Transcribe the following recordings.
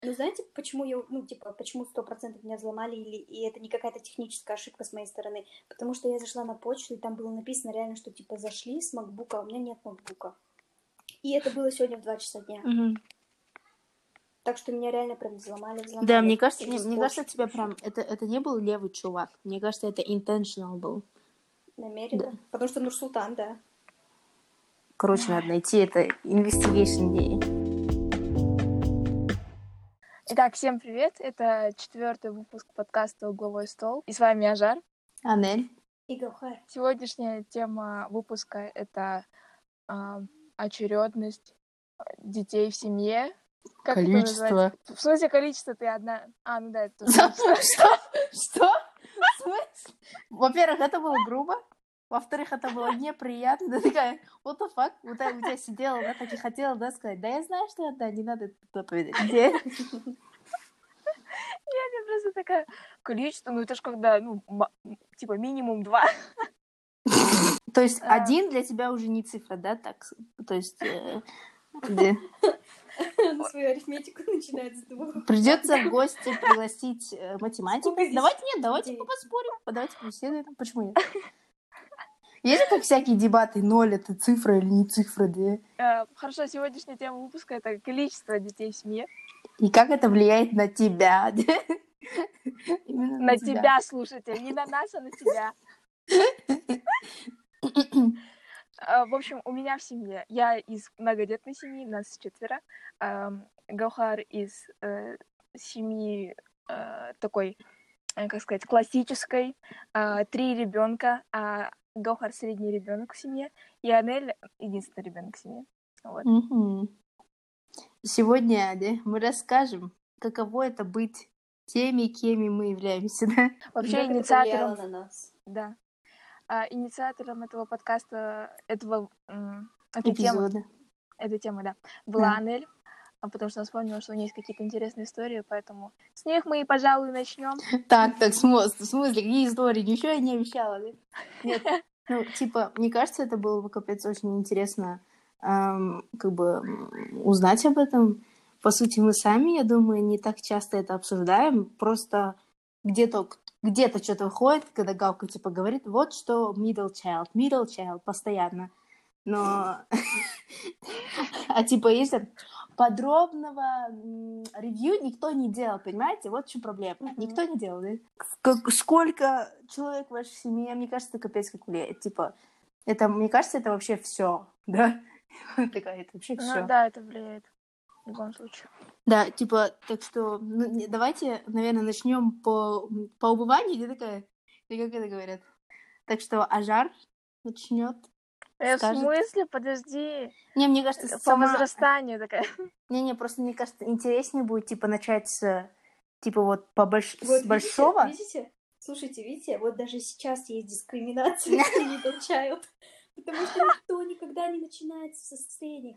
Ну, знаете, почему почему 100% меня взломали, и это не какая-то техническая ошибка с моей стороны? Потому что я зашла на почту, и там было написано реально, что, зашли с макбука, а у меня нет макбука. И это было сегодня в 2 часа дня. Так что меня реально прям взломали. Да, мне кажется, тебя прям... Это не был левый чувак. Мне кажется, это intentional был. Намеренно? Да. Потому что Нурсултан, да. Короче, надо найти это investigation day. Итак, всем привет. Это 4-й выпуск подкаста «Угловой стол». И с вами Ажар. Анель. И Гаухар. Сегодняшняя тема выпуска — это очередность детей в семье. Как количество. В смысле количество? Ты одна... ну да, это Что? В смысле? Во-первых, это было грубо. Во-вторых, это было неприятно. Ты такая, what the fuck? Вот я у тебя сидела, да, так и хотела, да, сказать, да я знаю, что это, не надо это ответить. Где? Я просто такая, количество, это ж когда, типа минимум 2. То есть 1 для тебя уже не цифра, да, так? То есть... Где? Свою арифметику начинает с 2. Придется в гости пригласить математика. Давайте поспорим, давайте побеседуем. Почему нет? Есть же как всякие дебаты, 0 это цифра или не цифра, да? Хорошо, сегодняшняя тема выпуска — это количество детей в семье. И как это влияет на тебя? На тебя, слушатель, не на нас, а на тебя. В общем, у меня в семье, я из многодетной семьи, нас 4. Гаухар из семьи такой, как сказать, классической, 3 ребенка, а Гаухар средний ребенок в семье, и Анель единственный ребенок в семье. Вот. Сегодня мы расскажем, каково это быть теми, кем мы являемся, да? Вообще инициатором на нас. Да. Инициатором этого подкаста, этой темы, да, была Анель, потому что она вспомнила, что у нее есть какие-то интересные истории, поэтому с них мы и, пожалуй, начнем. Так, в смысле, какие истории? Ничего я не обещала, да? Нет, мне кажется, это было бы, капец, очень интересно, узнать об этом. По сути, мы сами, я думаю, не так часто это обсуждаем, просто где-то что-то выходит, когда Галка, говорит, вот что middle child, постоянно. Но, если подробного ревью никто не делал, понимаете? Вот в чем проблема. Никто не делал, да? Сколько человек в вашей семье, мне кажется, это капец как влияет. Это, мне кажется, это вообще все, да? Такая, это вообще все. Да, это влияет в любом случае. Да, так что, давайте, наверное, начнем по убыванию, или такая, или как это говорят. Так что Ажар начнет. В смысле? Подожди. Не, мне кажется, по возрастанию такая. Не, просто мне кажется, интереснее будет, начать с, с большого. Видите? Слушайте, видите, вот даже сейчас есть дискриминация в middle child. Потому что никто никогда не начинает со средних.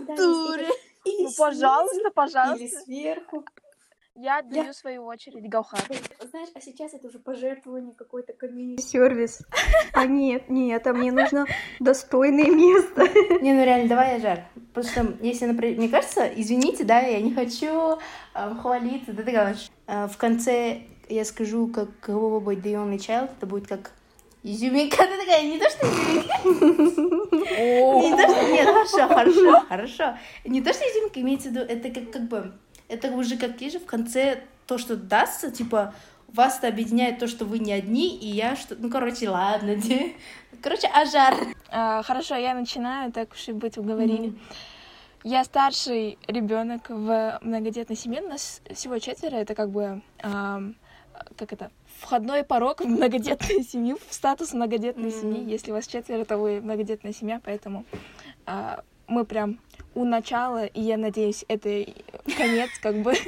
Пожалуйста. Или сверху. Я отдаю свою очередь Гаухар. Знаешь, а сейчас это уже пожертвование какой-то комьюнити-сервис. А нет, а мне нужно достойное место. Не, реально, давай, Ажар. Потому что, если, например, мне кажется, извините, да, я не хочу хвалиться, да, ты говоришь. В конце я скажу, каково будет the only child, это будет как изюминка, ты такая, не то, что изюминка. Не то, что... Нет, хорошо. Не то, что изюминка, имеется в виду, это как бы... Это уже как же в конце то, что дастся, вас-то объединяет то, что вы не одни, и я что... ладно. Ажар. Хорошо, я начинаю, так уж и быть, уговорили. Я старший ребенок в многодетной семье, у нас всего 4, это как бы... входной порог в многодетную семью, в статус многодетной семьи. Если вас 4, то вы многодетная семья, поэтому мы прям у начала, и я надеюсь, это конец, как бы.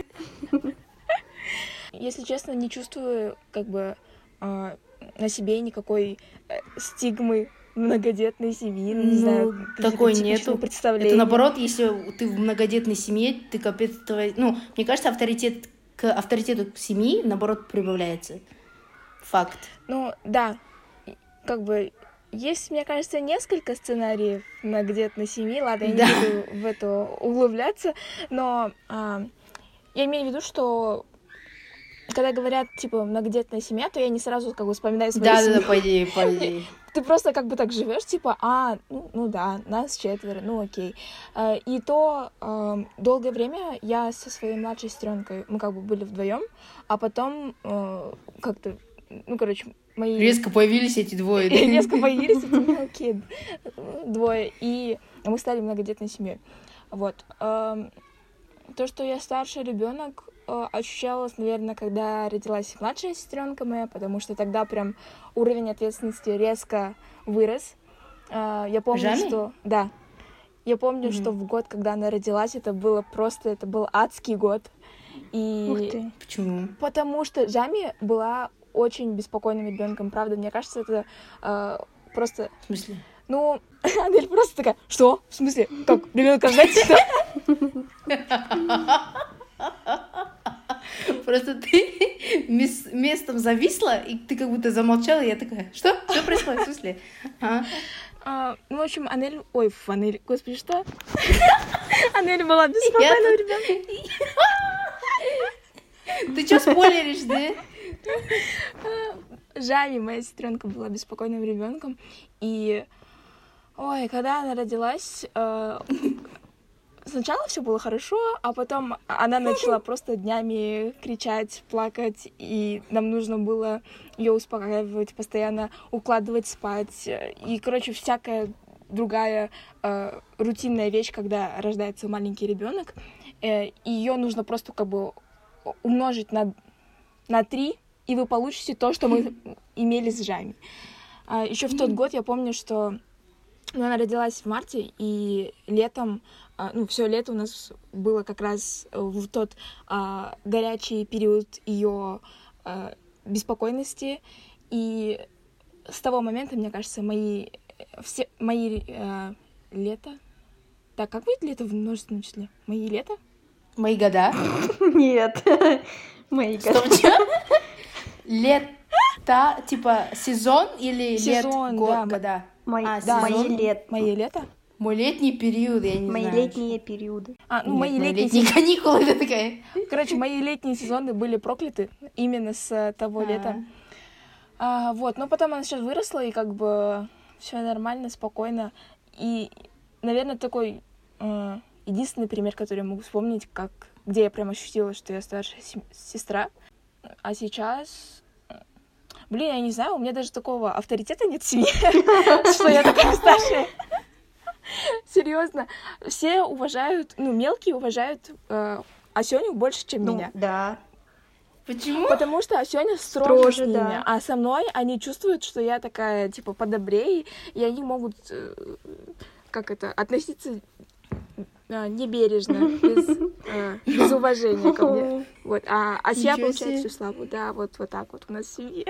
Если честно, не чувствую, на себе никакой стигмы многодетной семьи, не знаю, такой нету. Представления. Это наоборот, если ты в многодетной семье, ты капец, мне кажется, авторитет к авторитету семьи, наоборот, прибавляется. Факт. Да, есть, мне кажется, несколько сценариев многодетной семьи. Ладно, я не буду в это углубляться, но я имею в виду, что когда говорят, типа, многодетная семья, то я не сразу как бы вспоминаю свою семью. Да, по идее. Ты просто как бы так живешь, типа, ну да, нас 4, ну окей. И то долгое время я со своей младшей сестренкой, мы как бы были вдвоем, а потом как-то, ну, короче, мои... Резко появились эти двое, да? Резко появились эти мелкие двое, и мы стали многодетной семьей. Вот. То, что я старший ребенок, ощущалось, наверное, когда родилась младшая сестренка моя, потому что тогда прям уровень ответственности резко вырос. Я помню, Жами? что... Да. Я помню, что в год, когда она родилась, это был адский год. И... Ух ты. Почему? Потому что Жами была очень беспокойным ребенком, правда. Мне кажется, это просто... В смысле? Ну, Адель просто такая, что? В смысле? Как? Ребенка ждать, что? Просто ты местом зависла, и ты как будто замолчала, и я такая, что? Что происходит? В смысле? Ну, в общем, Анель... Ой, Анель, господи, что? Анель была беспокойным ребенком. Ты что спойлеришь, да? Жами, моя сестренка, была беспокойным ребенком, и... Ой, когда она родилась, сначала все было хорошо, а потом она начала просто днями кричать, плакать, и нам нужно было ее успокаивать, постоянно укладывать спать. И, короче, всякая другая рутинная вещь, когда рождается маленький ребенок, ее нужно просто как бы умножить на 3, и вы получите то, что мы имели с Жами. Еще в тот год я помню, что она родилась в марте, и летом, все лето у нас было как раз в тот горячий период ее беспокойности, и с того момента, мне кажется, мои лето... Так, как будет лето в множественном числе? Мои лета? Мои года. Нет. Мои года. Стоп, чё? Лето, типа сезон или Сезон, лет, да. года? Мои сезон? лет. Мои лета? Мой летний период, я не Мои знаю. летние периоды. Мои Нет, летние каникулы, это такая. Короче, мои летние сезоны были прокляты именно с того лета. Вот, но потом она сейчас выросла, и как бы все нормально, спокойно. И, наверное, такой единственный пример, который я могу вспомнить, где я прям ощутила, что я старшая сестра. А сейчас... Блин, я не знаю, у меня даже такого авторитета нет в семье, что я такая старшая. Серьезно. Все уважают, мелкие уважают Асёню больше, чем меня. Да. Почему? Потому что Асёня строже с ними, да. а со мной они чувствуют, что я такая, типа, подобрее, и они могут, относиться небережно, без уважения ко мне. Вот. А Ася Ничего получает себе. всю славу. Да, вот так вот у нас в семье.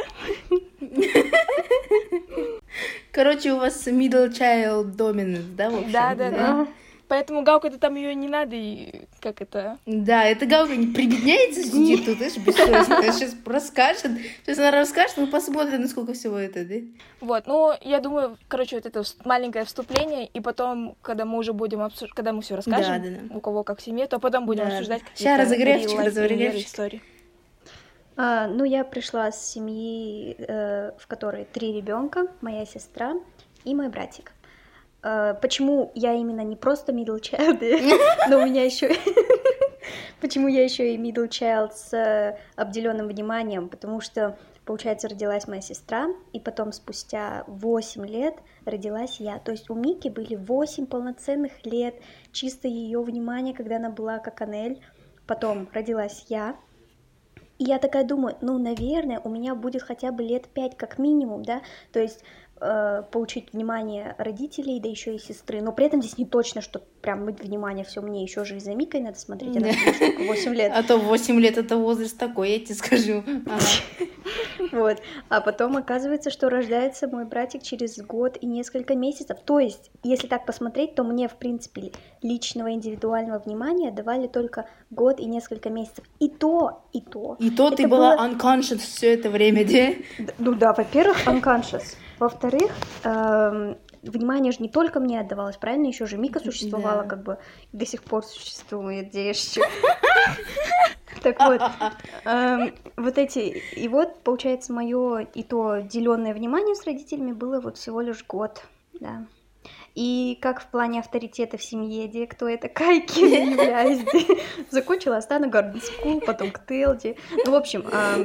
Короче, у вас middle child dominant, да, в общем? Да. Поэтому гавкать там ее не надо, и как это... Да, эта галка не прибедняется, сидит тут, знаешь, бессовестно. Сейчас расскажет. Сейчас она расскажет, мы посмотрим, насколько всего это, да? Вот, я думаю, короче, вот это маленькое вступление, и потом, когда мы уже будем обсуждать, когда мы все расскажем, Да. у кого как в семье, то потом будем обсуждать какие-то Сейчас разогревчик, real-life истории. Я пришла с семьи, в которой 3 ребенка, моя сестра и мой братик. Почему я именно не просто middle child, но у меня еще... Почему я еще и middle child с обделенным вниманием? Потому что, получается, родилась моя сестра, и потом спустя 8 лет родилась я. То есть у Мики были 8 полноценных лет чисто ее внимания, когда она была как Анель. Потом родилась я. И я такая думаю, наверное, у меня будет хотя бы лет 5 как минимум, да, то есть получить внимание родителей, да еще и сестры, но при этом здесь не точно, что прям внимание все мне, еще же и за Микой надо смотреть, она только 8 лет. А то 8 лет это возраст такой, я тебе скажу. Вот, а потом оказывается, что рождается мой братик через год и несколько месяцев, то есть, если так посмотреть, то мне, в принципе, личного индивидуального внимания давали только год и несколько месяцев, и то. И то ты была unconscious все это время, да? Ну да, во-первых, unconscious. Во-вторых, внимание же не только мне отдавалось, правильно? Еще же Мика существовала, Да. как бы до сих пор существует, где еще. Так вот, вот эти... И вот, получается, мое и то деленное внимание с родителями было вот всего лишь год, да. И как в плане авторитета в семье, где кто я такая, кем я являюсь, закончила Астана Гарден Скул, потом к Телди. Ну, в общем,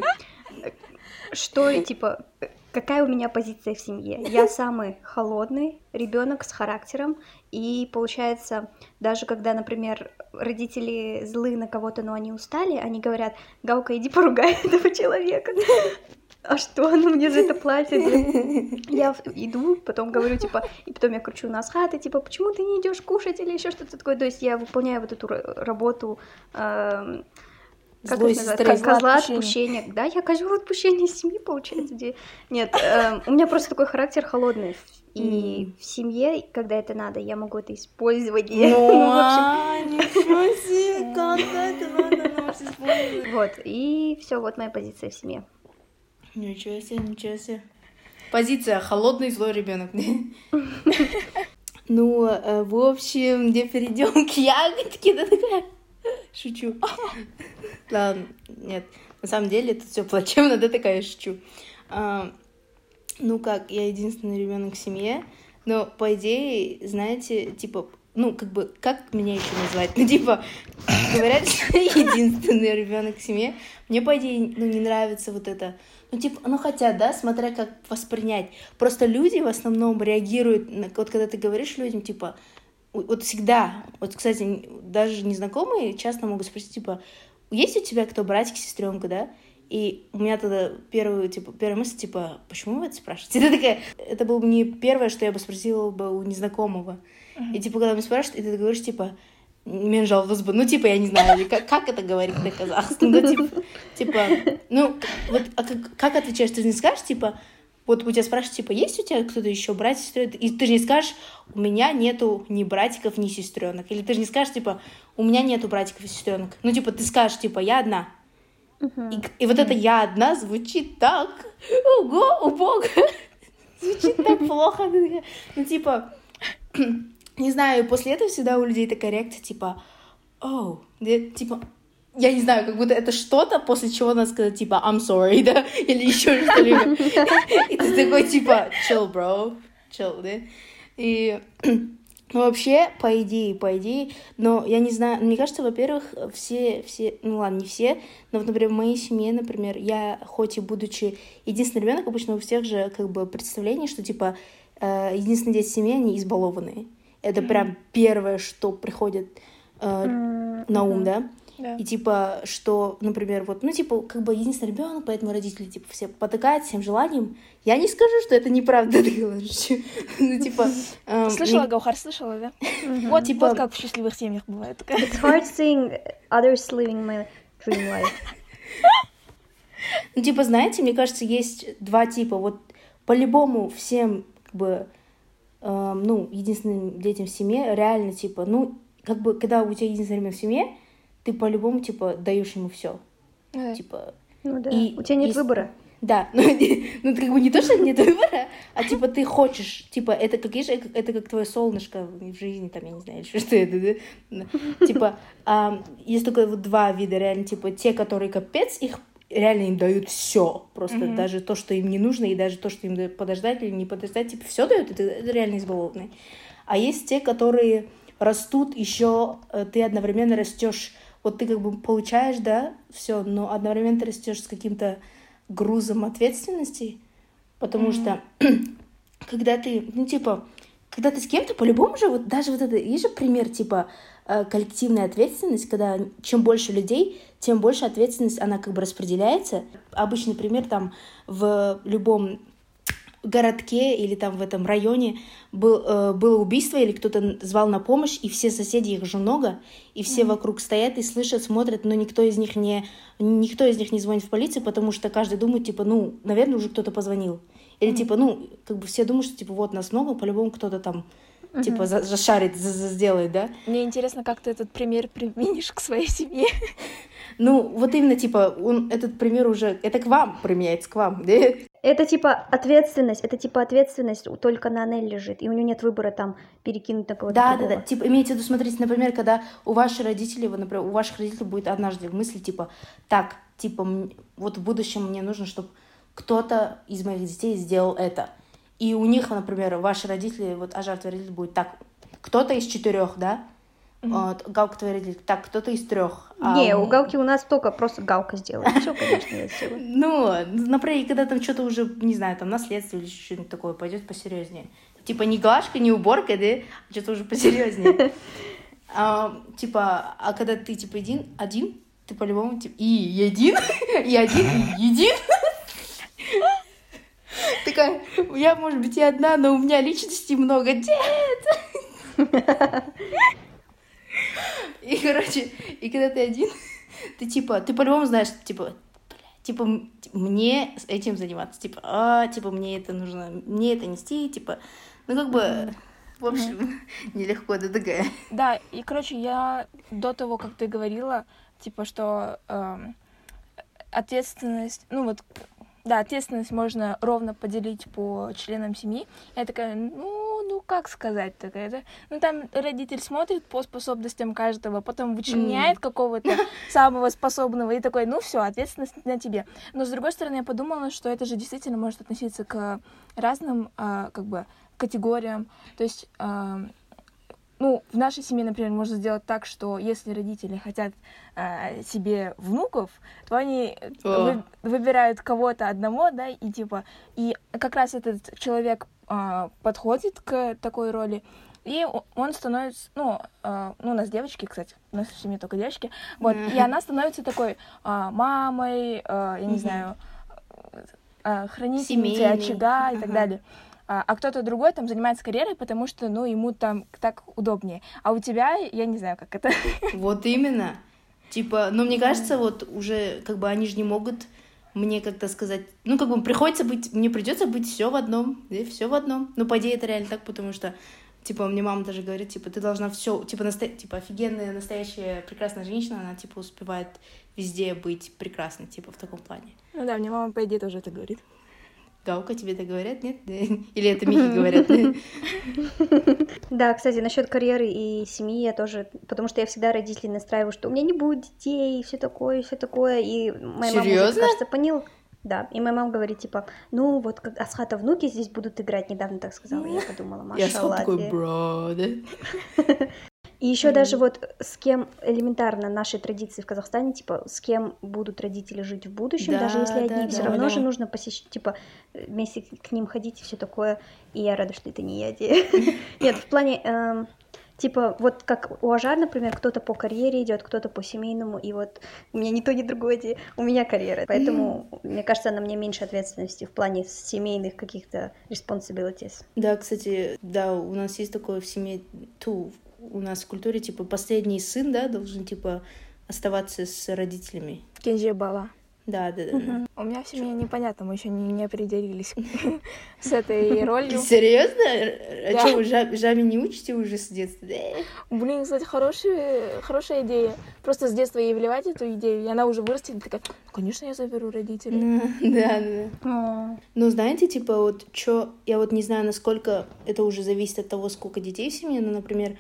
что, типа, какая у меня позиция в семье? Я самый холодный ребенок с характером, и получается, даже когда, например, родители злы на кого-то, но они устали, они говорят: Гаука, иди поругай этого человека. А что она мне за это платит? Я иду, потом говорю, типа, и потом я кручу на Асхата, типа, почему ты не идешь кушать или еще что-то такое. То есть я выполняю вот эту работу, как это называется, козла отпущения. Да, я козел отпущения семьи, получается. Где... Нет, у меня просто такой характер холодный. И в семье, когда это надо, я могу это использовать. Ничего себе, как это надо использовать. Вот, и все, вот моя позиция в семье. Ничего себе. Позиция холодный злой ребенок. Ну, в общем, где перейдем к ягодке, да такая. Шучу. Ладно, нет. На самом деле это все плачевно, да такая шучу. Ну как, я единственный ребенок в семье, но по идее, знаете, типа, ну как бы, как меня еще назвать? Ну типа, говорят, что я единственный ребенок в семье. Мне по идее, ну не нравится вот это. Ну типа, ну хотя, да, смотря как воспринять. Просто люди в основном реагируют, вот когда ты говоришь людям, типа, вот всегда, вот, кстати, даже незнакомые часто могут спросить, типа, есть у тебя кто, братик, сестренка, да? И у меня тогда первая мысль, типа, почему вы это спрашиваете? Это такая, это было бы не первое, что я бы спросила бы у незнакомого. И, типа, когда меня спрашивают, и ты говоришь, типа, мен жаловалась бы, ну, типа, я не знаю, или как это говорить на казахском, ну, типа, ну, вот, а как отвечаешь? Ты же не скажешь, типа, вот у тебя спрашивают, типа, есть у тебя кто-то еще, братья, сестры? И ты же не скажешь, у меня нету ни братиков, ни сестренок. Или ты же не скажешь, типа, у меня нету братиков и сестренок. Ну, типа, ты скажешь, типа, я одна. И вот это «я одна» звучит так, ого, убого, звучит так плохо. Ну, типа, не знаю, после этого всегда у людей такая реакция, типа, оу, типа, я не знаю, как будто это что-то, после чего надо сказать, типа, I'm sorry, да, или еще что-либо. И ты такой, типа, chill, bro, chill, да. И... Ну, вообще, по идее, но я не знаю, мне кажется, во-первых, все, ну ладно, не все, но вот, например, в моей семье, например, я, хоть и будучи единственный ребенок, обычно у всех же, как бы, представление, что, типа, единственные дети семьи, они избалованные. Это прям первое, что приходит на ум, да? Да. И типа, что, например, вот, ну, типа, как бы единственный ребенок, поэтому родители, типа, все потыкают всем желанием. Я не скажу, что это неправда, ты говоришь. Ну, типа... Слышала, Гаухар, слышала, да? Вот, типа, вот как в счастливых семьях бывает. It's hard seeing others living my dream life. Ну, типа, знаете, мне кажется, есть два типа. Вот по-любому всем, как бы, ну, единственным детям в семье, реально, типа, ну, как бы, когда у тебя единственный ребенок в семье, ты по-любому, типа, даешь ему все. Типа... Ну да, и, у тебя нет выбора. Да, ну, как бы не то, что нет выбора, а, типа, ты хочешь, типа, это как твое солнышко в жизни, там, я не знаю, что это, да? Типа, есть только вот два вида, реально, типа, те, которые капец, их реально им дают все, просто даже то, что им не нужно, и даже то, что им подождать или не подождать, типа, все дают, это реально избалованные. А есть те, которые растут еще, ты одновременно растешь. Вот ты как бы получаешь, да, все, но одновременно ты растешь с каким-то грузом ответственности, потому что когда ты, ну, типа, когда ты с кем-то, по-любому же, вот даже вот это, есть же пример, типа, коллективная ответственность, когда чем больше людей, тем больше ответственность, она как бы распределяется. Обычный пример, там, в любом городке или там в этом районе было убийство, или кто-то звал на помощь, и все соседи, их же много, и все вокруг стоят и слышат, смотрят, но никто из них не звонит в полицию, потому что каждый думает, типа, ну, наверное, уже кто-то позвонил. Или, типа, ну, как бы все думают, что, типа, вот нас много, по-любому кто-то там, типа, зашарит, сделает, да? Мне интересно, как ты этот пример применишь к своей семье. Ну, вот именно, типа, этот пример уже, это к вам применяется, к вам, да? Это типа ответственность только на Нель лежит, и у нее нет выбора там перекинуть на кого-то Да, другого. типа, имейте в виду, смотрите, например, когда у ваших родителей, вот, например, у ваших родителей будет однажды в мысли, типа, так, типа, вот в будущем мне нужно, чтобы кто-то из моих детей сделал это. И у них, например, ваши родители, вот Ажар, твой родитель будет так, кто-то из 4, да? Вот, Галка, твой родитель, так, кто-то из 3. Не, у Галки у нас только просто Галка сделала. Все, конечно, я сделаю. Ну, например, когда там что-то уже, не знаю, там наследство или что-нибудь такое пойдет посерьезнее. Типа не глажка, не уборка, да, а что-то уже посерьезнее. Типа, а когда ты, типа, один, ты по-любому, типа, и един, и един. Такая, я, может быть, и одна, но у меня личностей много. Нет! И, короче, и когда ты один, ты, типа, ты по-любому знаешь, типа, мне с этим заниматься, типа, мне это нужно, мне это нести, типа, ну, как бы, в общем, нелегко, да, такая. Да, и, короче, я до того, как ты говорила, типа, что ответственность, ну, вот, да, ответственность можно ровно поделить по членам семьи. Я такая, ну, как сказать такая, да? Ну, там родитель смотрит по способностям каждого, потом вычленяет какого-то самого способного и такой, ну, все, ответственность на тебе. Но, с другой стороны, я подумала, что это же действительно может относиться к разным, как бы, категориям. То есть, ну, в нашей семье, например, можно сделать так, что если родители хотят себе внуков, то они выбирают кого-то одного, да, и типа, и как раз этот человек подходит к такой роли, и он становится, ну, у нас девочки, кстати, у нас в семье только девочки, вот, и она становится такой мамой, я не знаю, хранительницей очага и так далее. А кто-то другой там занимается карьерой, потому что, ну, ему там так удобнее. А у тебя, я не знаю, как это. Вот именно. Типа, ну, мне кажется, вот уже, как бы, они же не могут мне как-то сказать, ну, как бы, мне придется быть все в одном, да, все в одном. Ну, по идее, это реально так, потому что, типа, мне мама даже говорит, типа, ты должна все, типа, типа, офигенная, настоящая, прекрасная женщина, она, типа, успевает везде быть прекрасной, типа, в таком плане. Ну да, мне мама, по идее, тоже это говорит. Галка, тебе это говорят, нет? Или это Михе говорят? Да, кстати, насчет карьеры и семьи я тоже, потому что я всегда родителей настраиваю, что у меня не будет детей, и все такое, и моя мама уже, кажется, поняла. Да, и моя мама говорит, типа, ну вот как Асхата внуки здесь будут играть, недавно так сказала, я подумала, машалла. Я Асхат такой, бро, да? И еще даже вот с кем элементарно наши традиции в Казахстане, типа, с кем будут родители жить в будущем, даже если одни, все равно же нужно посещать, типа, вместе к ним ходить и все такое. И я рада, что это не я делаю. Нет, в плане, типа, вот как у Ажар, например, кто-то по карьере идет, кто-то по семейному, и вот у меня ни то, ни другое, у меня карьера, поэтому, мне кажется, на мне меньше ответственности в плане семейных каких-то responsibilities. Да, кстати, да, у нас есть такое в семье, у нас в культуре, типа, последний сын, да, должен, типа, оставаться с родителями. Кенже бала. Да. У меня в семье непонятно, мы еще не определились с этой ролью. Серьезно? А что, вы жаме не учите уже с детства? Блин, кстати, хорошая идея. Просто с детства ей вливать эту идею, и она уже вырастет, и такая, конечно, я заберу родителей. Да. Ну, знаете, типа, вот, я вот не знаю, насколько это уже зависит от того, сколько детей в семье, но, например,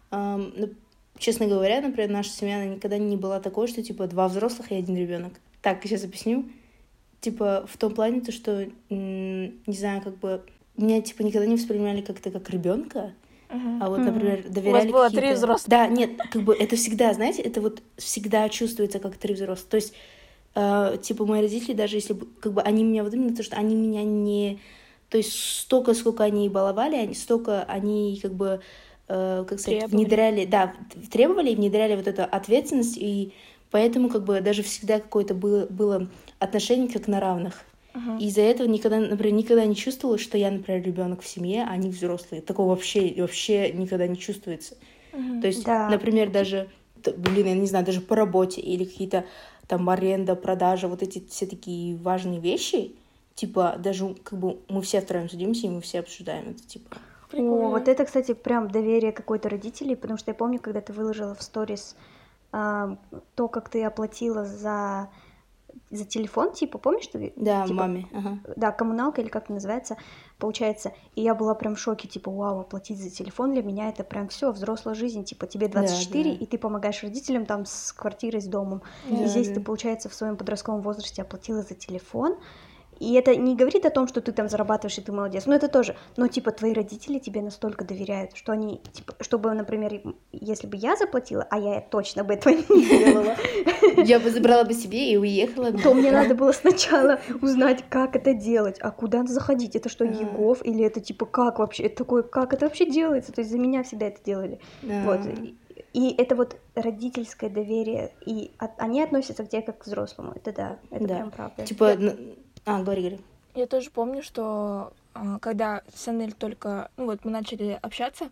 честно говоря, например, наша семья, она никогда не была такой, что, типа, 2 взрослых и 1 ребенок. Так, сейчас объясню. Типа, в том плане, то, что, не знаю, как бы, меня, типа, никогда не воспринимали как-то как ребенка, а вот, например, доверяли какие-то... У вас было 3 взрослых. Да, нет, как бы, это всегда, знаете, это вот всегда чувствуется как 3 взрослых. То есть, типа, мои родители, даже если, как бы, они меня, вот именно то, что они меня не... То есть, столько, сколько они баловали, столько они, как бы, как сказать, требовали и внедряли вот эту ответственность, и поэтому, как бы, даже всегда какое-то было отношение как на равных. И из-за этого никогда не чувствовала, что я, например, ребенок в семье, а они взрослые. Такого вообще никогда не чувствуется. То есть, например, даже, я не знаю, даже по работе или какие-то там аренда, продажа, вот эти все такие важные вещи, типа, даже, как бы, мы все втроем садимся, и мы все обсуждаем это, типа. О, вот это, кстати, прям доверие какой-то родителей, потому что я помню, когда ты выложила в сторис то, как ты оплатила за за телефон, типа, помнишь, ты? Да, Типа, маме, ага. да, коммуналка или как это называется, получается. И я была прям в шоке, типа, вау, оплатить за телефон для меня это прям все взрослая жизнь, типа, тебе Да, 24, да, и ты помогаешь родителям там с квартирой, с домом. И да, здесь да. ты, получается, в своем подростковом возрасте оплатила за телефон. И это не говорит о том, что ты там зарабатываешь, и ты молодец. Ну, это тоже. Но, типа, твои родители тебе настолько доверяют, что они, типа, чтобы, например, если бы я заплатила, а я точно бы этого не делала, Я бы забрала бы себе и уехала. то мне надо было сначала узнать, как это делать, а куда надо заходить. Это что, А. ЕГОВ? Или это, типа, как вообще? Это такое, как это вообще делается? То есть за меня всегда это делали. Вот. И это вот родительское доверие, и они относятся к тебе как к взрослому. Это да, это Да. прям правда. Типа, говори. Я тоже помню, что когда с Анель только, ну вот мы начали общаться,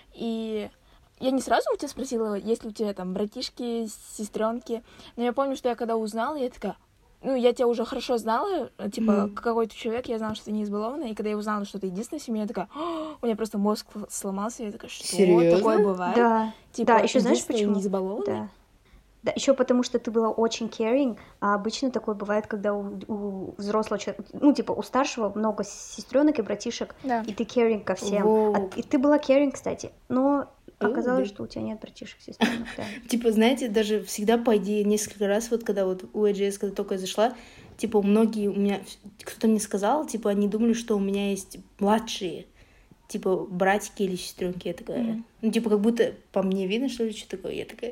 и я не сразу у тебя спросила, есть ли у тебя там братишки, сестренки, но я помню, что я когда узнала, я такая, ну, я тебя уже хорошо знала, типа, какой ты человек, я знала, что ты не избалована, и когда я узнала, что ты единственная семья, я такая, у меня просто мозг сломался, я такая, что Серьезно? такое бывает? Да, Типа, да, еще знаешь единственная и почему? не избалованная? Да. Да, еще потому что ты была очень caring, а обычно такое бывает, когда у взрослого человека, ну, типа, у старшего много сестренок и братишек, Да. и ты caring ко всем. Воу. И ты была caring, кстати, но оказалось, блин. что у тебя нет братишек, сестренок, да. Типа, знаете, даже всегда, по идее, несколько раз, вот когда вот у AGS, когда только я зашла, типа, многие у меня, кто-то мне сказал, типа, они думали, что у меня есть младшие, типа, братики или сестренки. Я такая, ну, типа, как будто по мне видно, что ли, что такое. Я такая,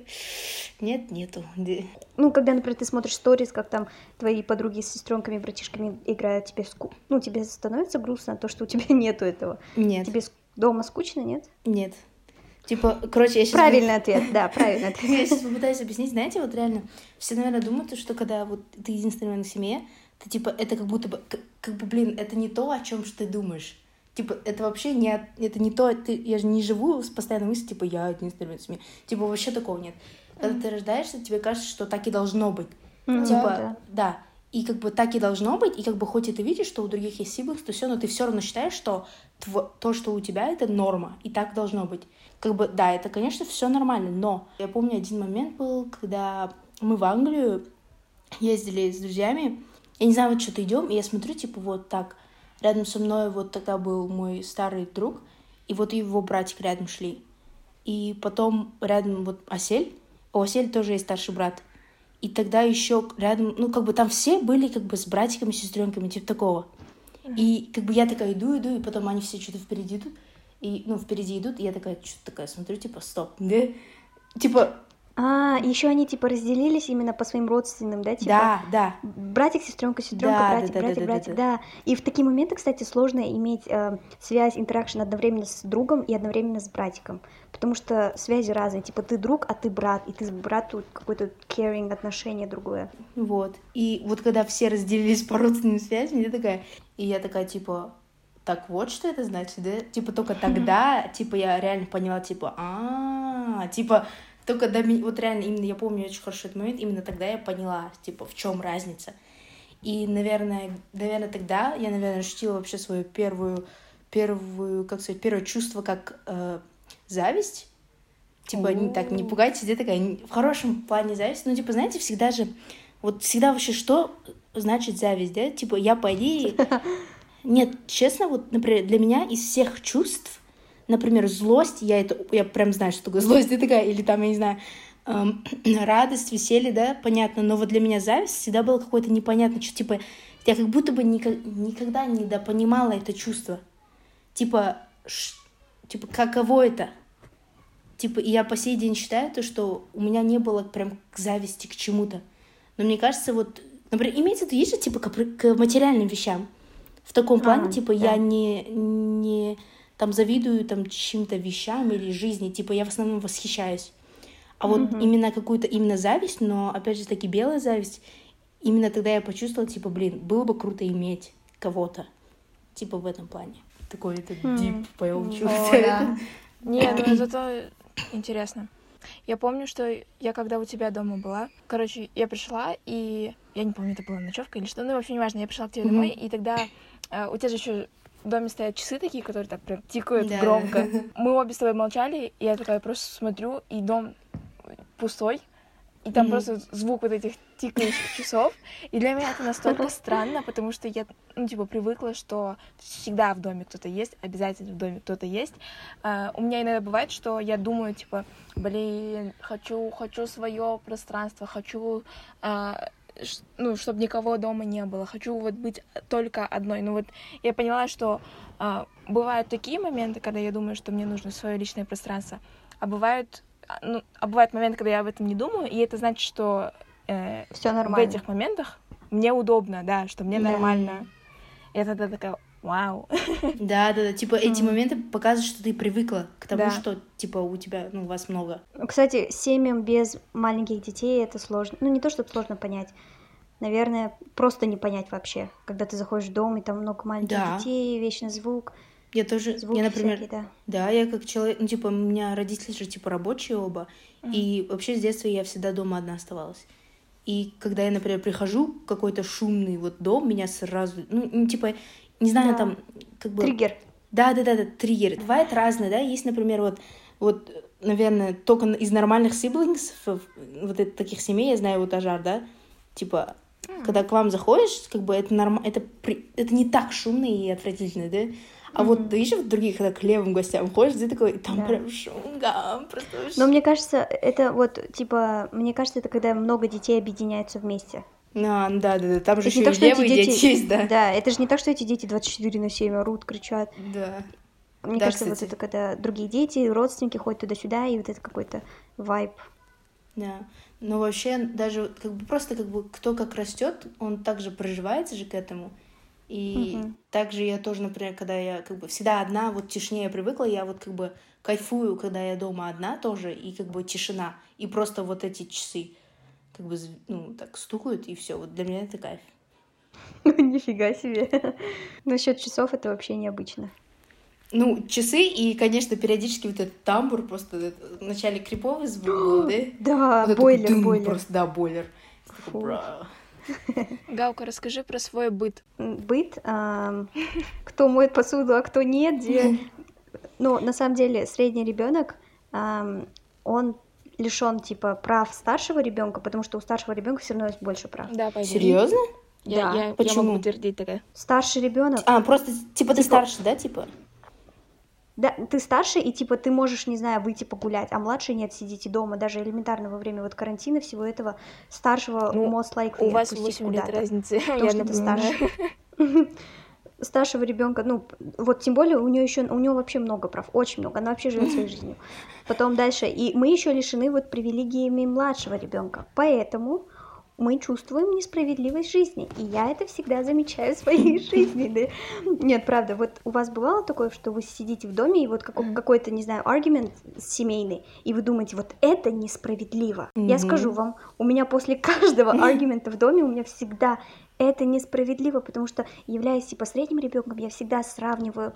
нету. Ну, когда, например, ты смотришь сторис, как там твои подруги с сестренками, братишками играют, тебе становится грустно то, что у тебя нету этого. Нет. Тебе дома скучно, нет? Нет. Типа, короче, я сейчас... Правильный ответ, да, правильный Я ответ. сейчас попытаюсь объяснить. Знаете, вот реально, все, наверное, думают, что когда вот ты единственный ребенок в семье, то, типа, это как будто бы, как бы, блин, это не то, о чем ты думаешь. Типа, это вообще не, это не то, я же не живу с постоянной мыслью, типа, я единственный ребенок в семье. Типа, вообще такого нет. Когда ты рождаешься, тебе кажется, что так и должно быть. Типа, да. И как бы так и должно быть, и как бы хоть и ты видишь, что у других есть сиблингс, то все, но ты все равно считаешь, что то, что у тебя, это норма, и так должно быть. Как бы, да, это, конечно, все нормально, но я помню, один момент был, когда мы в Англию ездили с друзьями, я не знаю, вот что-то идем, и я смотрю, типа, вот так, рядом со мной вот тогда был мой старый друг, и вот его братик рядом шли. И потом рядом вот Асель, у Асель тоже есть старший брат. И тогда еще рядом, ну, как бы там все были как бы с братиками, сестренками, типа такого. И как бы я такая иду, и потом они все что-то впереди идут. И, ну, впереди идут, и я такая, что-то такая смотрю, типа, стоп, да? Типа... Еще они, типа, разделились именно по своим родственным, да? Типа, Да. Братик, сестренка, Да, братик, да. И в такие моменты, кстати, сложно иметь связь, интеракшн одновременно с другом и одновременно с братиком. Потому что связи разные. Типа, ты друг, а ты брат. И ты с брату какое-то caring отношение другое. Вот. И вот когда все разделились по родственным связям, я такая, типа... Так вот, что это значит, да? Типа, только тогда, типа, я реально поняла, типа, типа, только вот реально, именно я помню очень хорошо этот момент, именно тогда я поняла, типа, в чем разница. И, наверное, тогда я, наверное, ощутила вообще свою первую, как сказать, первое чувство, как зависть. Типа, не пугайтесь, да, такая, в хорошем плане зависть. Ну, типа, знаете, всегда вообще, что значит зависть, да? Типа, я, по идее... Нет, честно, вот, например, для меня из всех чувств, например, злость, я прям знаю, что такое злость, я такая, или там, я не знаю, радость, веселье, да, понятно, но вот для меня зависть всегда было какое-то непонятное чувство, типа, я как будто бы никогда не допонимала это чувство, типа, каково это, типа, и я по сей день считаю то, что у меня не было прям к зависти, к чему-то, но мне кажется, вот, например, имеется в виду, есть же, типа, к материальным вещам. В таком плане, типа, да. Я не там завидую там чьим-то вещам или жизни, типа, я в основном восхищаюсь. А вот именно зависть, но, опять же таки, белая зависть, именно тогда я почувствовала, типа, блин, было бы круто иметь кого-то, типа, в этом плане. Такой это дип получился. Не, ну зато интересно. Я помню, что я когда у тебя дома была, короче, я пришла, и я не помню, это была ночевка или что, ну, вообще неважно, я пришла к тебе домой, и тогда у тебя же еще в доме стоят часы такие, которые так прям тикают громко. Мы обе с тобой молчали, и я такая просто смотрю, и дом пустой, и там Мгм. просто звук вот этих тикающих часов. И для меня это настолько странно, потому что я, ну, типа, привыкла, что всегда в доме кто-то есть, обязательно в доме кто-то есть. У меня иногда бывает, что я думаю, типа, блин, хочу свое пространство, хочу, ну, чтобы никого дома не было, хочу вот быть только одной. Ну вот я поняла, что бывают такие моменты, когда я думаю, что мне нужно свое личное пространство, а бывают моменты, когда я об этом не думаю, и это значит, что Все в нормально. этих моментах мне удобно, да, что мне Да. нормально. И это такая, вау. Да, типа эти Мгм. моменты показывают, что ты привыкла к тому, Да. что типа у тебя, ну, вас много. Кстати, семьям без маленьких детей это сложно. Ну, не то, чтобы сложно понять. Наверное, просто не понять вообще. Когда ты заходишь в дом, и там много маленьких Да. детей, вечный звук, Я тоже, звуки например, всякие, да. да, я как человек, ну, типа, у меня родители же, типа, рабочие оба, и вообще с детства я всегда дома одна оставалась. И когда я, например, прихожу в какой-то шумный вот дом, меня сразу, ну, типа, не знаю, Да. там, как бы... Триггер. Да, триггер. Бывает разное, да, есть, например, вот, наверное, только из нормальных siblings, вот таких семей, я знаю, вот Ажар, да, типа, когда к вам заходишь, как бы это нормально, это не так шумно и отвратительно, да, а вот ты видишь, в других, когда к левым гостям ходишь, ты такой, и там Да. прям шум, просто вообще. Но мне кажется, это вот, типа, мне кажется, это когда много детей объединяются вместе. Да, там же Это еще не так, и что эти левые дети есть, да. Да, это же не так, что эти дети 24/7 орут, кричат. Да. Мне Да, кажется, вот кстати. это когда другие дети, родственники ходят туда-сюда, и вот это какой-то вайб. Да. Но вообще даже как бы просто как бы кто как растет, он также проживается же к этому. И также я тоже, например, когда я как бы всегда одна, вот тишине я привыкла, я вот как бы кайфую, когда я дома одна тоже, и как бы тишина. И просто вот эти часы как бы, ну, так стукают, и все. Вот для меня это кайф. Нифига себе. Насчет часов это вообще необычно. Ну, часы и, конечно, периодически вот этот тамбур, просто вначале криповый звук был, да? Да, Вот бойлер, такой бойлер. Просто, да, бойлер. Фу. Бра. Галка, расскажи про свой быт. Быт, кто моет посуду, а кто нет, где... Ну, на самом деле, средний ребенок, он лишен типа прав старшего ребенка, потому что у старшего ребенка все равно есть больше прав. Да, пойди. Серьезно? Да. Я Почему? могу подтвердить такая. Старший ребенок. Просто типа ты старше, да, типа? Да, ты старше, и типа ты можешь, не знаю, выйти погулять, а младший нет, сидите дома, даже элементарно во время вот карантина всего этого старшего most likely У вас отпустить 8 лет куда-то. разницы, Потому я что это напоминаю. старший. Старшего ребенка, ну, вот тем более у него вообще много прав, очень много, она вообще живет своей жизнью. Потом дальше, и мы еще лишены вот привилегиями младшего ребенка, поэтому мы чувствуем несправедливость жизни, и я это всегда замечаю в своей жизни, да. Нет, правда, вот у вас бывало такое, что вы сидите в доме, и вот какой-то, не знаю, аргумент семейный, и вы думаете, вот это несправедливо. Я скажу вам, у меня после каждого аргумента в доме, у меня всегда это несправедливо, потому что, являясь типа средним ребенком, я всегда сравниваю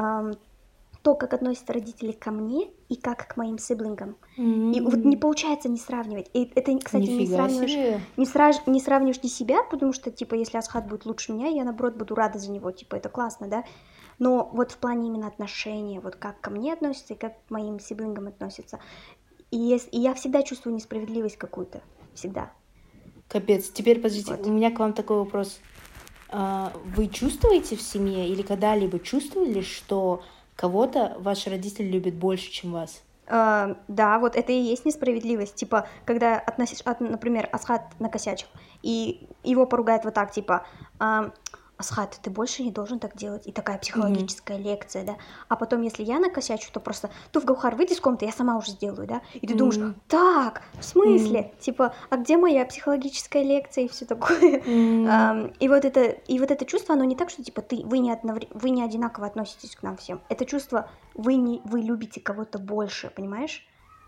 то, как относятся родители ко мне и как к моим сиблингам. И вот не получается не сравнивать. И это, кстати, не сравниваешь не себя, потому что, типа, если Асхат будет лучше меня, я, наоборот, буду рада за него, типа, это классно, да? Но вот в плане именно отношения, вот как ко мне относятся и как к моим сиблингам относятся. И я всегда чувствую несправедливость какую-то. Всегда. Капец. Теперь, подождите, Вот. у меня к вам такой вопрос. Вы чувствуете в семье или когда-либо чувствовали, что кого-то ваши родители любят больше, чем вас? Да, вот это и есть несправедливость. Типа, когда например, Асхат накосячил, и его поругают вот так, типа, Асхат, ты больше не должен так делать. И такая психологическая лекция, да. А потом, если я накосячу, то просто, Туф Гаухар, выйди из комнаты, я сама уже сделаю, да. И ты думаешь, так, в смысле? Типа, а где моя психологическая лекция и все такое? И вот это чувство, оно не так, что типа вы не одинаково относитесь к нам всем. Это чувство, вы любите кого-то больше, понимаешь?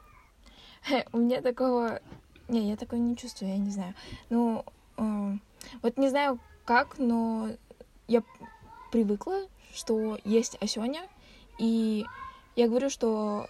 У меня такого... Не, я такого не чувствую, я не знаю. Ну, вот не знаю как, но я привыкла, что есть Асёня, и я говорю, что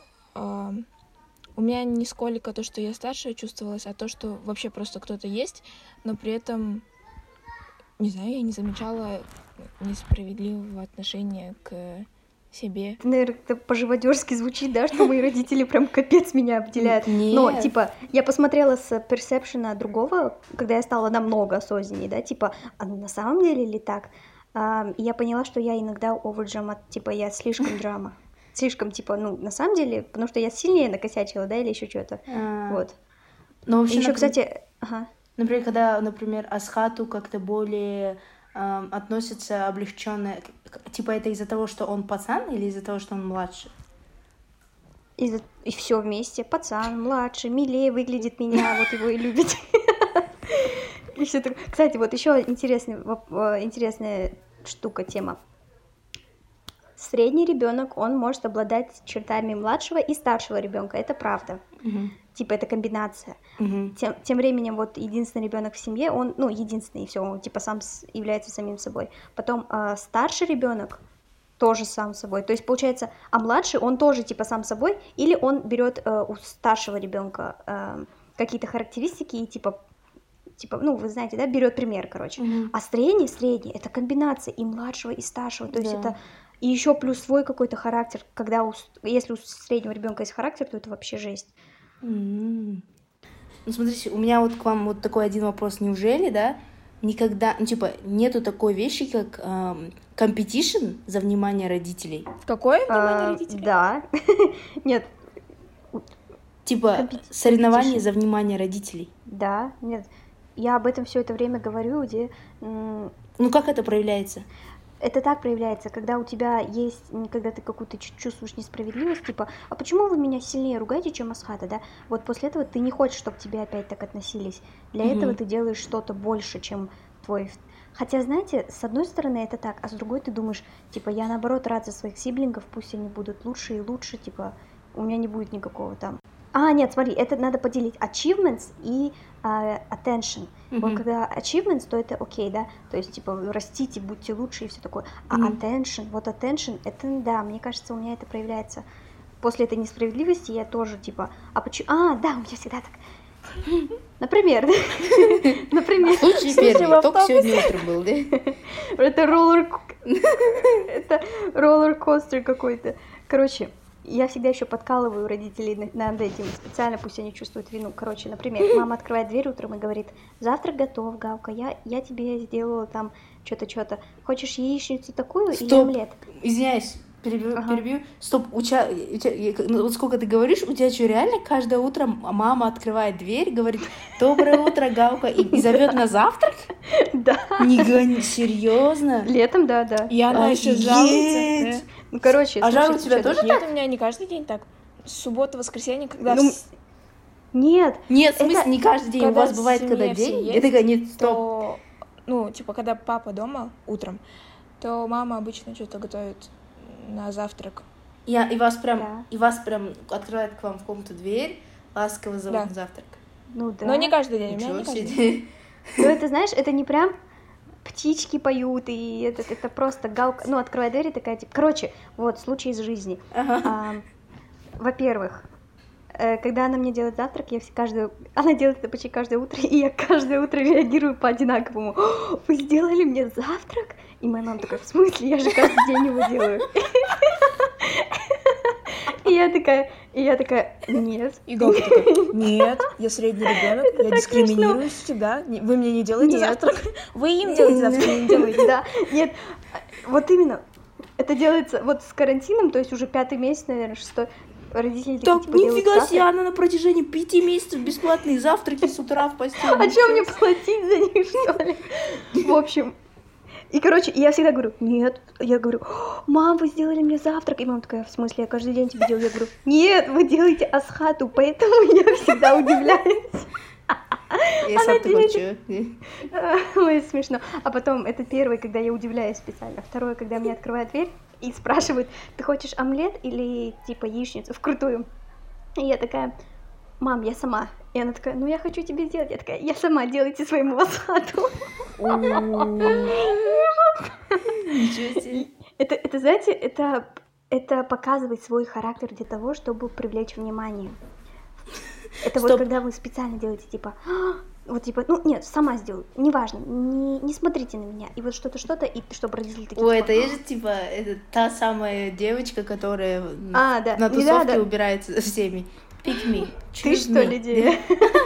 у меня не сколько то, что я старшая чувствовалась, а то, что вообще просто кто-то есть, но при этом, не знаю, я не замечала несправедливого отношения к себе. Наверное, это по-живодерски звучит, да, что мои родители прям капец меня обделяют. Но, Нет. типа, я посмотрела с персепшена другого, когда я стала намного осознаннее, да, типа, а на самом деле ли так? И я поняла, что я иногда овердрама, типа, я слишком драма. Слишком, типа, ну, на самом деле, потому что я сильнее накосячила, да, или еще что-то. Вот. Ну, вообще, Еще, например, кстати, ага. например, когда, например, Асхату как-то более относится облегченно, типа это из-за того, что он пацан или из-за того, что он младше? И все вместе. Пацан, младший, милее выглядит меня, вот его и любит. И всё так. Кстати, вот еще интересная штука, тема. Средний ребенок, он может обладать чертами младшего и старшего ребенка, это правда. Типа это комбинация. Тем временем вот единственный ребенок в семье, он, ну, единственный, и все, он типа сам является самим собой. Потом старший ребенок тоже сам собой. То есть получается, а младший, он тоже типа сам собой, или он берет у старшего ребенка какие-то характеристики и типа, ну, вы знаете, да, берет пример, короче. А средний, это комбинация и младшего, и старшего. То есть это и еще плюс свой какой-то характер, когда если у среднего ребенка есть характер, то это вообще жесть. Ну, смотрите, у меня вот к вам вот такой один вопрос. Неужели, да, никогда, ну, типа, нету такой вещи, как competition за внимание родителей? Какое внимание родителей? Да. Нет. Типа, соревнование за внимание родителей. Да, нет. Я об этом все это время говорю, где... Ну, как это проявляется? Это так проявляется, когда у тебя есть, когда ты какую-то чувствуешь несправедливость, типа, а почему вы меня сильнее ругаете, чем Асхата, да? Вот после этого ты не хочешь, чтобы к тебе опять так относились. Для этого ты делаешь что-то больше, чем твой... Хотя, знаете, с одной стороны это так, а с другой ты думаешь, типа, я наоборот рад за своих сиблингов, пусть они будут лучше и лучше, типа, у меня не будет никакого там... нет, смотри, это надо поделить achievements и attention. Вот когда achievements, то это окей, да, то есть, типа, растите, будьте лучше и все такое. А attention, это, да, мне кажется, у меня это проявляется. После этой несправедливости я тоже, типа, да, у меня всегда так. Например, да? Случай первый, только сегодня утром был, да? Это роллер-костер какой-то. Короче, я всегда еще подкалываю родителей над этим, специально пусть они чувствуют вину. Короче, например, мама открывает дверь утром и говорит: завтрак готов, Галка, я тебе сделала там что-то. Хочешь яичницу такую или омлет? Извиняюсь, перебью. Стоп, вот сколько ты говоришь, у тебя что, реально каждое утро мама открывает дверь, говорит: доброе утро, Галка, и зовет на завтрак? Да. Не гони, серьезно? Летом, да. И она еще жалуется. Ну, короче, а жар у тебя тоже Нет, у меня не каждый день так. Суббота, воскресенье, когда... Нет. Нет, в смысле, не каждый день. У вас бывает, когда день? Я такая: нет, стоп. Ну, типа, когда папа дома утром, то мама обычно что-то готовит на завтрак. И вас прям открывает к вам в комнату дверь, ласково зовут на завтрак. Ну да. Но не каждый день, у меня не каждый день. Ну, это, знаешь, это не прям птички поют, и это просто Галка, ну, открывает дверь и такая, типа... Короче, вот, случай из жизни. Во-первых, когда она мне делает завтрак, она делает это почти каждое утро, и я каждое утро реагирую по-одинаковому. Вы сделали мне завтрак? И моя мама такая: в смысле? Я же каждый день его делаю. И я такая: нет. И Галка такая: нет, я средний ребенок, я дискриминирую тебя, вы мне не делаете завтрак, вы им делаете завтрак, не делаете. Да, нет, вот именно, это делается вот с карантином, то есть уже 5-й месяц, наверное, 6-й, родители такие, Так, типа, нифига себе, она на протяжении 5 месяцев бесплатные завтраки с утра в постели. А что мне платить за них, что ли? В общем... И, короче, я всегда говорю: нет. Я говорю: мам, вы сделали мне завтрак. И мама такая: в смысле, я каждый день тебе делаю. Я говорю: нет, вы делаете Асхату, поэтому я всегда удивляюсь. Я сам такой: чё? Ой, смешно. А потом, это первый, когда я удивляюсь специально. Второй, когда мне открывают дверь и спрашивают: ты хочешь омлет или, типа, яичницу вкрутую? И я такая: мам, я сама. И она такая: ну, я хочу тебе сделать. Я такая: я сама, делайте своему Асхату. Ничего себе. Это, знаете, это показывает свой характер для того, чтобы привлечь внимание. Это вот когда вы специально делаете, типа: Вот типа, ну нет, сама сделаю, неважно, не смотрите на меня. И вот что-то, и чтобы родители такие, Ой, типа, это есть же, типа, это та самая девочка, которая да. на Не надо. тусовке убирается со всеми. Pick me, Ты choose что me. ли, Дея?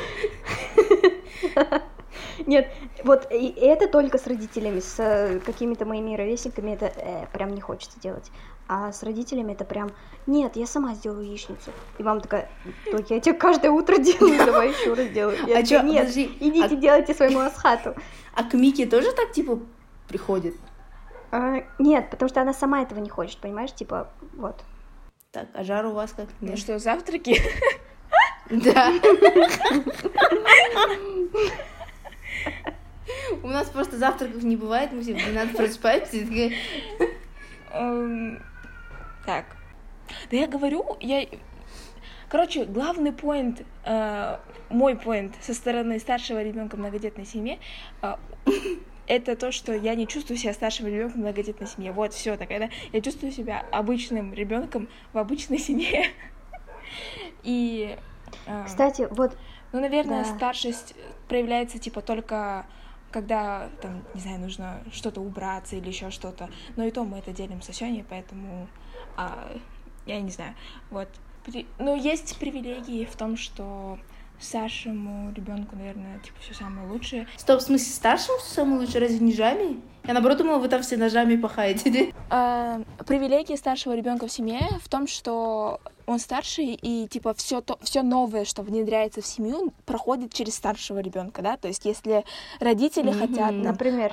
Нет, вот и это только с родителями, с какими-то моими ровесниками это прям не хочется делать. А с родителями это прям, нет, я сама сделаю яичницу. И мама такая, только я тебе каждое утро делаю, давай еще раз делаю. Я А такая, чё, нет, подожди, идите делайте своему асхату. А к Мике тоже так, типа, приходит? Нет, потому что она сама этого не хочет, понимаешь, типа, вот. Так, а Жар у вас как? Ну что, завтраки? Да. У нас просто завтраков не бывает, мы все в 12 просыпаемся и такие... Так. Да я говорю, Короче, главный поинт, мой поинт со стороны старшего ребенка в многодетной семье, это то, что я не чувствую себя старшим ребенком в многодетной семье. Вот, все такая, да. Я чувствую себя обычным ребенком в обычной семье. И... Кстати, вот... Ну, наверное, да. старшесть проявляется, типа, только когда, там, не знаю, нужно что-то убраться или еще что-то. Но и то мы это делим с Асёней, поэтому я не знаю. Вот. Ну, есть привилегии в том, что старшему ребенку, наверное, типа, все самое лучшее. Стоп, в смысле, старшему все самое лучшее, разве не ножами? Я наоборот думала, вы там все ножами пахаете. Привилегии старшего ребенка в семье в том, что он старший, и типа все новое, что внедряется в семью, проходит через старшего ребенка, да. То есть, если родители хотят, например,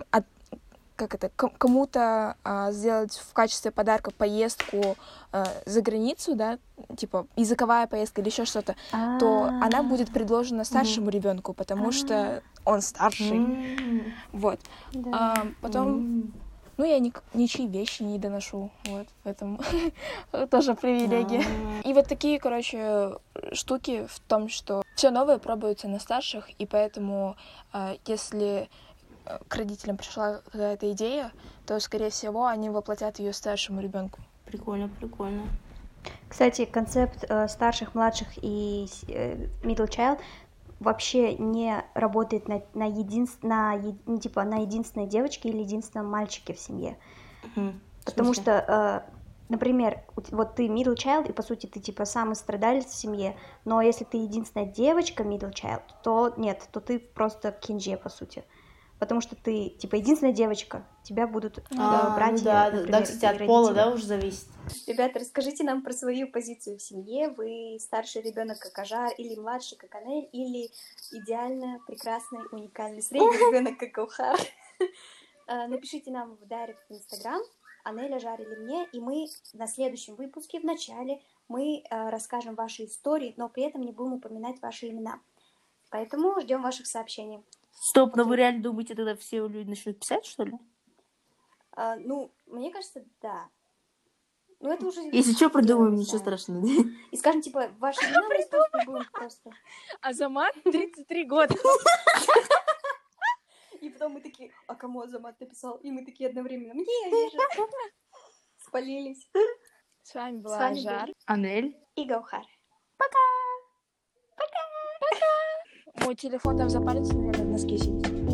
кому-то сделать в качестве подарка поездку за границу, да, типа языковая поездка или еще что-то, то она будет предложена старшему ребенку, потому что он старший. Вот. Потом, ну, я ничьи вещи не доношу, вот, поэтому тоже привилегия. И вот такие, короче, штуки в том, что все новое пробуется на старших, и поэтому, если к родителям пришла какая-то идея, то, скорее всего, они воплотят ее старшему ребенку. Прикольно, прикольно. Кстати, концепт старших, младших и middle child вообще не работает на единственной девочке или единственном мальчике в семье. Потому что, например, вот ты middle child, и по сути ты типа самый страдалец в семье, но если ты единственная девочка middle child, то нет, то ты просто кенже, по сути. Потому что ты, типа, единственная девочка, тебя будут братья, например, да, кстати, от пола, да, уже зависит. Ребята, расскажите нам про свою позицию в семье. Вы старший ребенок, как Ажар, или младший, как Анель, или идеально прекрасный, уникальный средний ребенок, как Гаухар. Напишите нам в дайрект в Инстаграм, Анель, Ажар или мне, и мы на следующем выпуске, в начале, мы расскажем ваши истории, но при этом не будем упоминать ваши имена. Поэтому ждем ваших сообщений. Стоп, но вы реально думаете, тогда все люди начнут писать, что ли? Ну, мне кажется, да. Ну, это уже... Если что, придумаем, ничего страшного. И скажем, типа, ваши имена мы просто будем просто... Азамат, 33 года. И потом мы такие, а кому Азамат написал? И мы такие одновременно, мне же. Спалились. С вами была Ажар, Анель и Гаухар. Мой телефон там запалится, наверное, в носке сидит.